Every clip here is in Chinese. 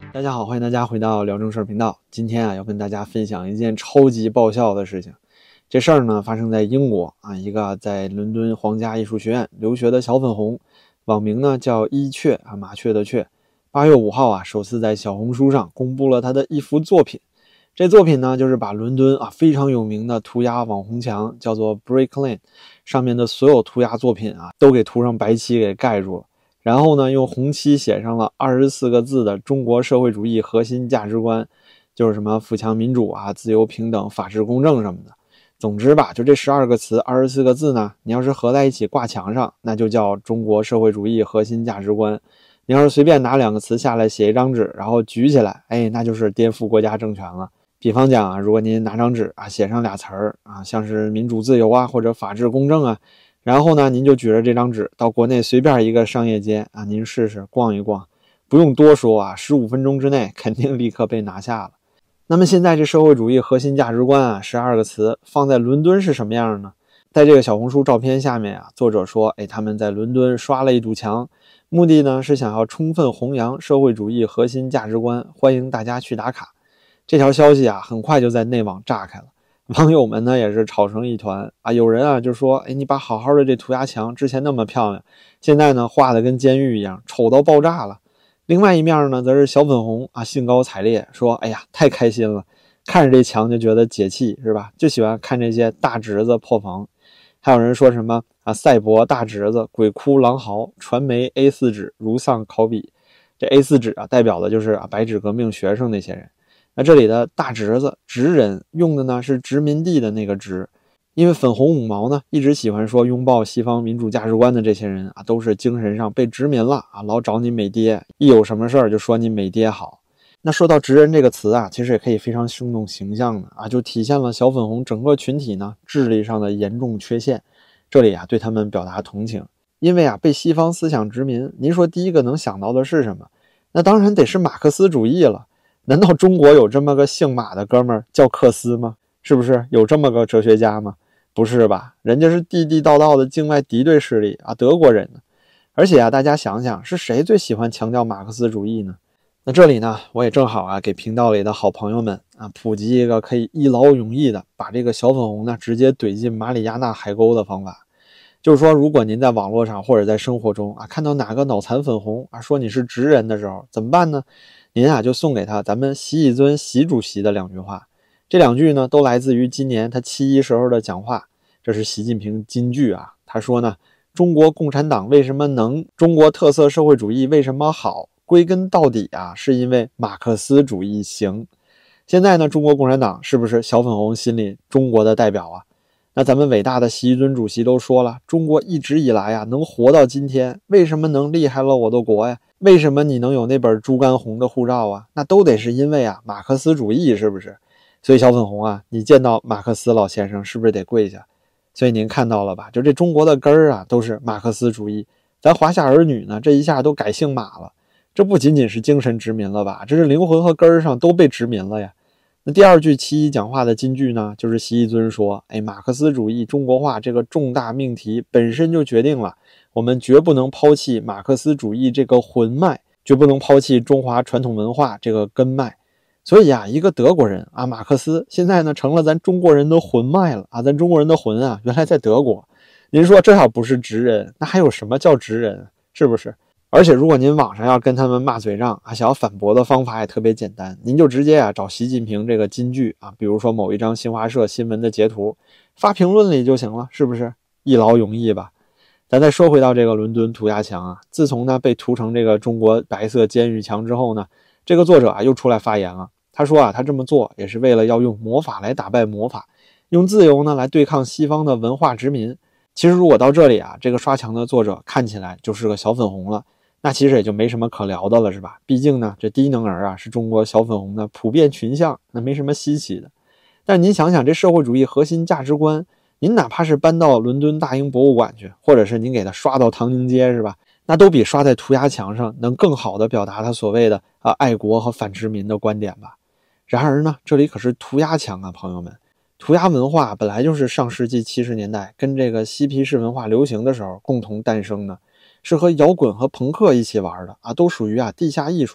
大家好，欢迎大家回到聊正事儿频道。今天要跟大家分享一件超级爆笑的事情。这事儿呢发生在英国一个在伦敦皇家艺术学院留学的小粉红，网名呢叫一雀麻雀的雀。8月5号首次在小红书上公布了他的一幅作品。这作品呢就是把伦敦非常有名的涂鸦网红墙叫做 Brick Lane 上面的所有涂鸦作品都给涂上白漆给盖住了。然后呢，用红漆写上了24个字的中国社会主义核心价值观，就是什么富强民主自由平等、法治公正什么的。总之吧，就这12个词、24个字呢，你要是合在一起挂墙上，那就叫中国社会主义核心价值观。你要是随便拿2个词下来写一张纸，然后举起来，那就是颠覆国家政权了。比方讲如果您拿张纸写上俩词儿像是民主自由或者法治公正然后呢，您就举着这张纸到国内随便一个商业街您试试逛一逛，不用多说15分钟之内肯定立刻被拿下了。那么现在这社会主义核心价值观12个词放在伦敦是什么样呢？在这个小红书照片下面作者说他们在伦敦刷了一堵墙，目的呢是想要充分弘扬社会主义核心价值观，欢迎大家去打卡。这条消息很快就在内网炸开了。网友们呢也是吵成一团有人就说你把好好的这涂鸦墙之前那么漂亮，现在呢画的跟监狱一样，丑到爆炸了。另外一面呢则是小粉红兴高采烈说哎呀太开心了，看着这墙就觉得解气是吧，就喜欢看这些大侄子破防。还有人说什么赛博大侄子鬼哭狼嚎，传媒 A4 纸如丧考妣。这 A4 纸代表的就是白纸革命学生那些人。那这里的大侄子直人用的呢是殖民地的那个殖，因为粉红五毛呢一直喜欢说拥抱西方民主价值观的这些人都是精神上被殖民了老找你美爹，一有什么事儿就说你美爹好。那说到直人这个词其实也可以非常生动形象的就体现了小粉红整个群体呢智力上的严重缺陷。这里对他们表达同情，因为被西方思想殖民，您说第一个能想到的是什么？那当然得是马克思主义了。难道中国有这么个姓马的哥们儿叫克斯吗？是不是有这么个哲学家吗？不是吧，人家是地地道道的境外敌对势力德国人呢。而且大家想想，是谁最喜欢强调马克思主义呢？那这里呢，我也正好给频道里的好朋友们普及一个可以一劳永逸的把这个小粉红呢直接怼进马里亚纳海沟的方法。就是说，如果您在网络上或者在生活中看到哪个脑残粉红说你是直人的时候，怎么办呢？您就送给他咱们习以尊习主席的2句话。这2句呢都来自于今年他7·1时候的讲话，这是习近平金句他说呢，中国共产党为什么能，中国特色社会主义为什么好，归根到底是因为马克思主义行。现在呢，中国共产党是不是小粉红心里中国的代表那咱们伟大的习尊主席都说了，中国一直以来能活到今天，为什么能厉害了我的国呀？为什么你能有那本猪肝红的护照那都得是因为马克思主义，是不是？所以小粉红你见到马克思老先生是不是得跪下？所以您看到了吧，就这中国的根儿都是马克思主义。咱华夏儿女呢这一下都改姓马了，这不仅仅是精神殖民了吧，这是灵魂和根儿上都被殖民了呀。那第2句7·1讲话的金句呢，就是习一尊说马克思主义中国化这个重大命题本身就决定了我们绝不能抛弃马克思主义这个魂脉，绝不能抛弃中华传统文化这个根脉。所以一个德国人马克思现在呢成了咱中国人的魂脉了咱中国人的魂原来在德国。您说这要不是直人，那还有什么叫直人？是不是？而且如果您网上要跟他们骂嘴仗想要反驳的方法也特别简单，您就直接找习近平这个金句比如说某一张新华社新闻的截图发评论里就行了，是不是？一劳永逸吧。咱再说回到这个伦敦涂鸦墙自从呢被涂成这个中国白色监狱墙之后呢，这个作者又出来发言了。他说他这么做也是为了要用魔法来打败魔法，用自由呢来对抗西方的文化殖民。其实如果到这里这个刷墙的作者看起来就是个小粉红了，那其实也就没什么可聊的了，是吧？毕竟呢，这低能儿是中国小粉红的普遍群像，那没什么稀奇的。但您想想，这社会主义核心价值观，您哪怕是搬到伦敦大英博物馆去，或者是您给它刷到唐宁街，是吧？那都比刷在涂鸦墙上能更好的表达他所谓的爱国和反殖民的观点吧。然而呢，这里可是涂鸦墙朋友们。涂鸦文化本来就是上世纪70年代跟这个嬉皮士文化流行的时候共同诞生的，是和摇滚和朋克一起玩的都属于地下艺术。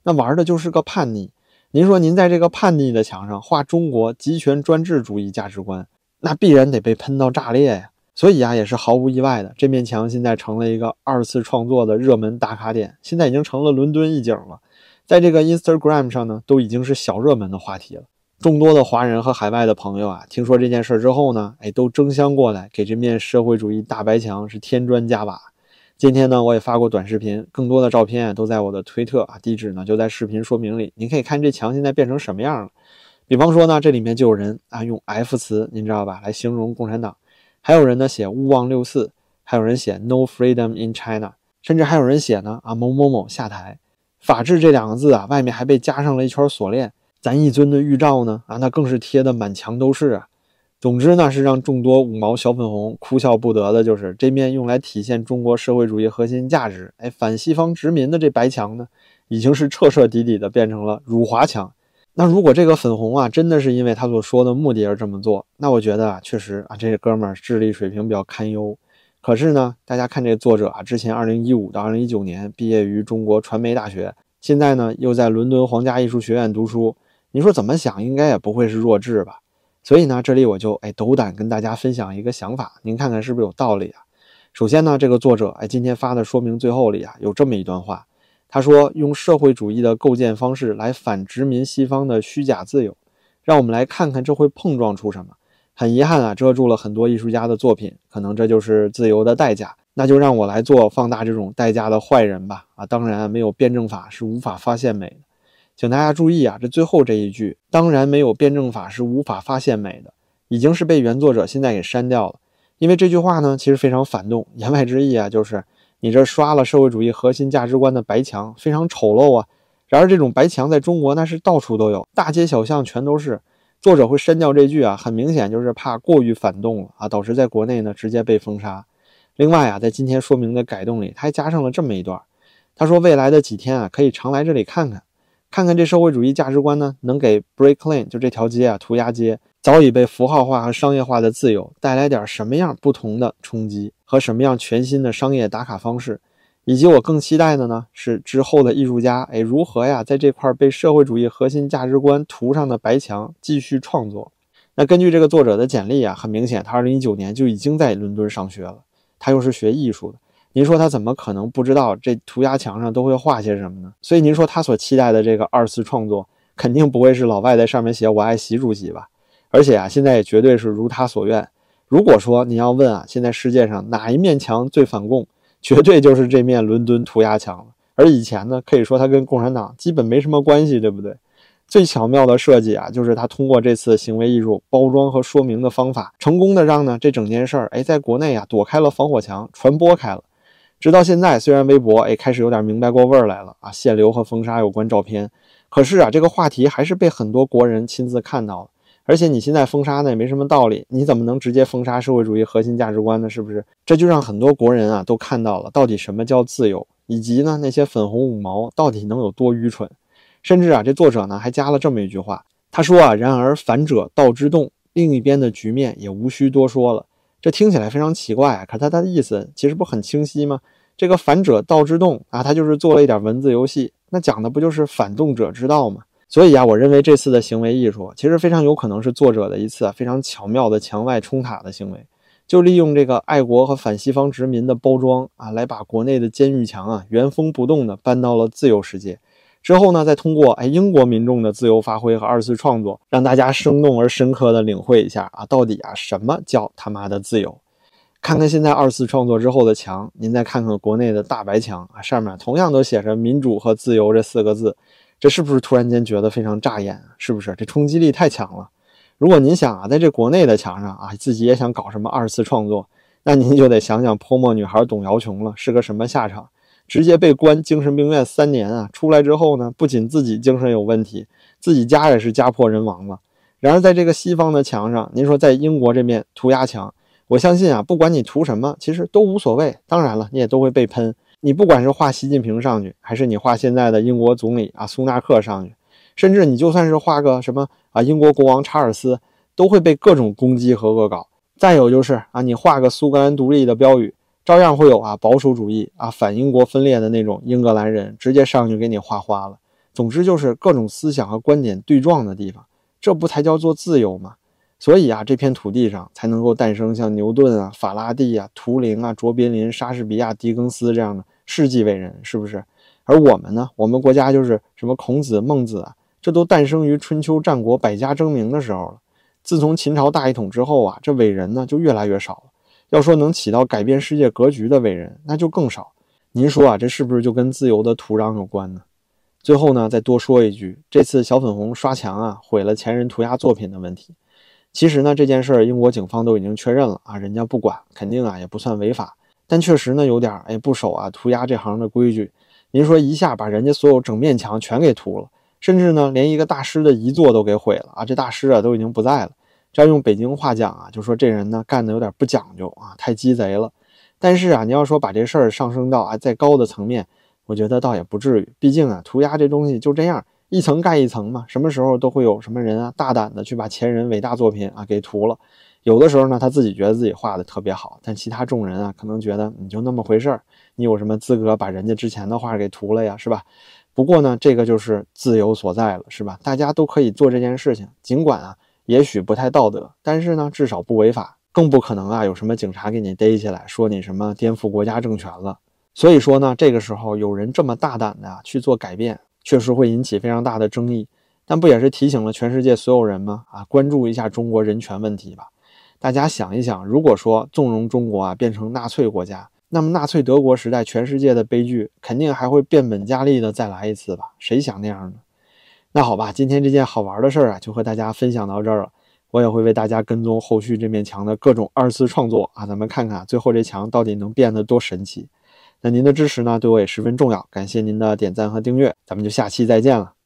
那玩的就是个叛逆。您说您在这个叛逆的墙上画中国集权专制主义价值观，那必然得被喷到炸裂呀。所以啊，也是毫无意外的，这面墙现在成了一个二次创作的热门打卡点，现在已经成了伦敦一景了。在这个 Instagram 上呢，都已经是小热门的话题了。众多的华人和海外的朋友啊，听说这件事之后呢，都争相过来给这面社会主义大白墙是添砖加瓦。今天呢，我也发过短视频，更多的照片都在我的推特啊，地址呢就在视频说明里。您可以看这墙现在变成什么样了。比方说呢，这里面就有人啊用 F 词，您知道吧，来形容共产党。还有人呢写勿忘64，还有人写 No Freedom in China， 甚至还有人写呢某某某下台。法治这两个字啊，外面还被加上了一圈锁链。咱一尊的预兆呢那更是贴的满墙都是啊。总之呢，是让众多五毛小粉红哭笑不得的，就是这面用来体现中国社会主义核心价值反西方殖民的这白墙呢，已经是彻彻底底的变成了辱华墙。那如果这个粉红啊真的是因为他所说的目的而这么做，那我觉得啊确实啊这哥们儿智力水平比较堪忧。可是呢，大家看这个作者啊，之前2015到2019年毕业于中国传媒大学，现在呢又在伦敦皇家艺术学院读书，你说怎么想应该也不会是弱智吧。所以呢，这里我就斗胆跟大家分享一个想法，您看看是不是有道理啊。首先呢，这个作者今天发的说明最后里啊有这么一段话，他说用社会主义的构建方式来反殖民西方的虚假自由，让我们来看看这会碰撞出什么。很遗憾啊，遮住了很多艺术家的作品，可能这就是自由的代价。那就让我来做放大这种代价的坏人吧。当然没有辩证法是无法发现美的。请大家注意啊，这最后这一句，当然没有辩证法是无法发现美的，已经是被原作者现在给删掉了。因为这句话呢，其实非常反动，言外之意啊，就是你这刷了社会主义核心价值观的白墙，非常丑陋啊。然而这种白墙在中国那是到处都有，大街小巷全都是。作者会删掉这句啊，很明显就是怕过于反动了啊，导致在国内呢直接被封杀。另外啊，在今天说明的改动里，他还加上了这么一段，他说未来的几天啊，可以常来这里看看，看看这社会主义价值观呢，能给 Brick Lane 就这条街啊，涂鸦街早已被符号化和商业化的自由带来点什么样不同的冲击和什么样全新的商业打卡方式。以及我更期待的呢，是之后的艺术家如何呀在这块被社会主义核心价值观涂上的白墙继续创作。那根据这个作者的简历啊，很明显他2019年就已经在伦敦上学了，他又是学艺术的，您说他怎么可能不知道这涂鸦墙上都会画些什么呢？所以您说他所期待的这个二次创作肯定不会是老外在上面写我爱习主席吧。而且啊，现在也绝对是如他所愿。如果说你要问啊，现在世界上哪一面墙最反共，绝对就是这面伦敦涂鸦墙了。而以前呢，可以说它跟共产党基本没什么关系，对不对？最巧妙的设计啊，就是他通过这次行为艺术包装和说明的方法，成功的让呢这整件事儿在国内啊躲开了防火墙，传播开了。直到现在，虽然微博开始有点明白过味儿来了啊，限流和封杀有关照片，可是啊这个话题还是被很多国人亲自看到了。而且你现在封杀呢也没什么道理，你怎么能直接封杀社会主义核心价值观呢？是不是？这就让很多国人啊都看到了到底什么叫自由，以及呢那些粉红五毛到底能有多愚蠢。甚至啊这作者呢还加了这么一句话，他说啊然而反者道之动，另一边的局面也无需多说了。这听起来非常奇怪啊，可他的意思其实不很清晰吗？这个反者道之动啊，他就是做了一点文字游戏，那讲的不就是反动者之道吗？所以啊，我认为这次的行为艺术其实非常有可能是作者的一次非常巧妙的墙外冲塔的行为，就利用这个爱国和反西方殖民的包装啊，来把国内的监狱墙啊原封不动的搬到了自由世界。之后呢，再通过英国民众的自由发挥和二次创作，让大家生动而深刻的领会一下啊，到底啊什么叫他妈的自由。看看现在二次创作之后的墙，您再看看国内的大白墙啊，上面同样都写着民主和自由这4个字。这是不是突然间觉得非常扎眼？是不是？这冲击力太强了。如果您想啊，在这国内的墙上啊，自己也想搞什么二次创作，那您就得想想泼墨女孩董瑶琼了，是个什么下场？直接被关精神病院3年啊！出来之后呢，不仅自己精神有问题，自己家也是家破人亡了。然而在这个西方的墙上，您说在英国这面涂鸦墙，我相信啊，不管你涂什么，其实都无所谓。当然了，你也都会被喷。你不管是画习近平上去，还是你画现在的英国总理啊苏纳克上去，甚至你就算是画个什么啊英国国王查尔斯，都会被各种攻击和恶搞。再有就是啊，你画个苏格兰独立的标语，照样会有啊保守主义啊反英国分裂的那种英格兰人直接上去给你画花了。 总之就是各种思想和观点对撞的地方，这不才叫做自由吗？所以啊，这片土地上才能够诞生像牛顿啊、法拉第啊、图灵啊、卓别林、莎士比亚、狄更斯这样的世纪伟人，是不是？而我们呢，我们国家就是什么孔子、孟子啊，这都诞生于春秋战国百家争鸣的时候了。自从秦朝大一统之后啊，这伟人呢就越来越少了。要说能起到改变世界格局的伟人，那就更少。您说啊，这是不是就跟自由的土壤有关呢？最后呢，再多说一句，这次小粉红刷墙啊，毁了前人涂鸦作品的问题。其实呢，这件事英国警方都已经确认了啊，人家不管，肯定啊也不算违法，但确实呢有点不守啊涂鸦这行的规矩。您说一下把人家所有整面墙全给涂了，甚至呢连一个大师的遗作都给毁了啊，这大师啊都已经不在了。这要用北京话讲啊，就说这人呢干的有点不讲究啊，太鸡贼了。但是啊，你要说把这事儿上升到啊再高的层面，我觉得倒也不至于。毕竟啊，涂鸦这东西就这样，一层盖一层嘛，什么时候都会有什么人啊大胆的去把前人伟大作品啊给涂了。有的时候呢，他自己觉得自己画的特别好，但其他众人啊可能觉得你就那么回事儿，你有什么资格把人家之前的画给涂了呀，是吧？不过呢，这个就是自由所在了，是吧？大家都可以做这件事情，尽管啊也许不太道德，但是呢至少不违法，更不可能啊有什么警察给你逮起来说你什么颠覆国家政权了。所以说呢，这个时候有人这么大胆的去做改变，确实会引起非常大的争议，但不也是提醒了全世界所有人吗？关注一下中国人权问题吧。大家想一想，如果说纵容中国啊变成纳粹国家，那么纳粹德国时代全世界的悲剧肯定还会变本加厉的再来一次吧？谁想那样呢？那好吧，今天这件好玩的事儿啊，就和大家分享到这儿了。我也会为大家跟踪后续这面墙的各种二次创作啊，咱们看看最后这墙到底能变得多神奇。那您的支持呢，对我也十分重要，感谢您的点赞和订阅，咱们就下期再见了。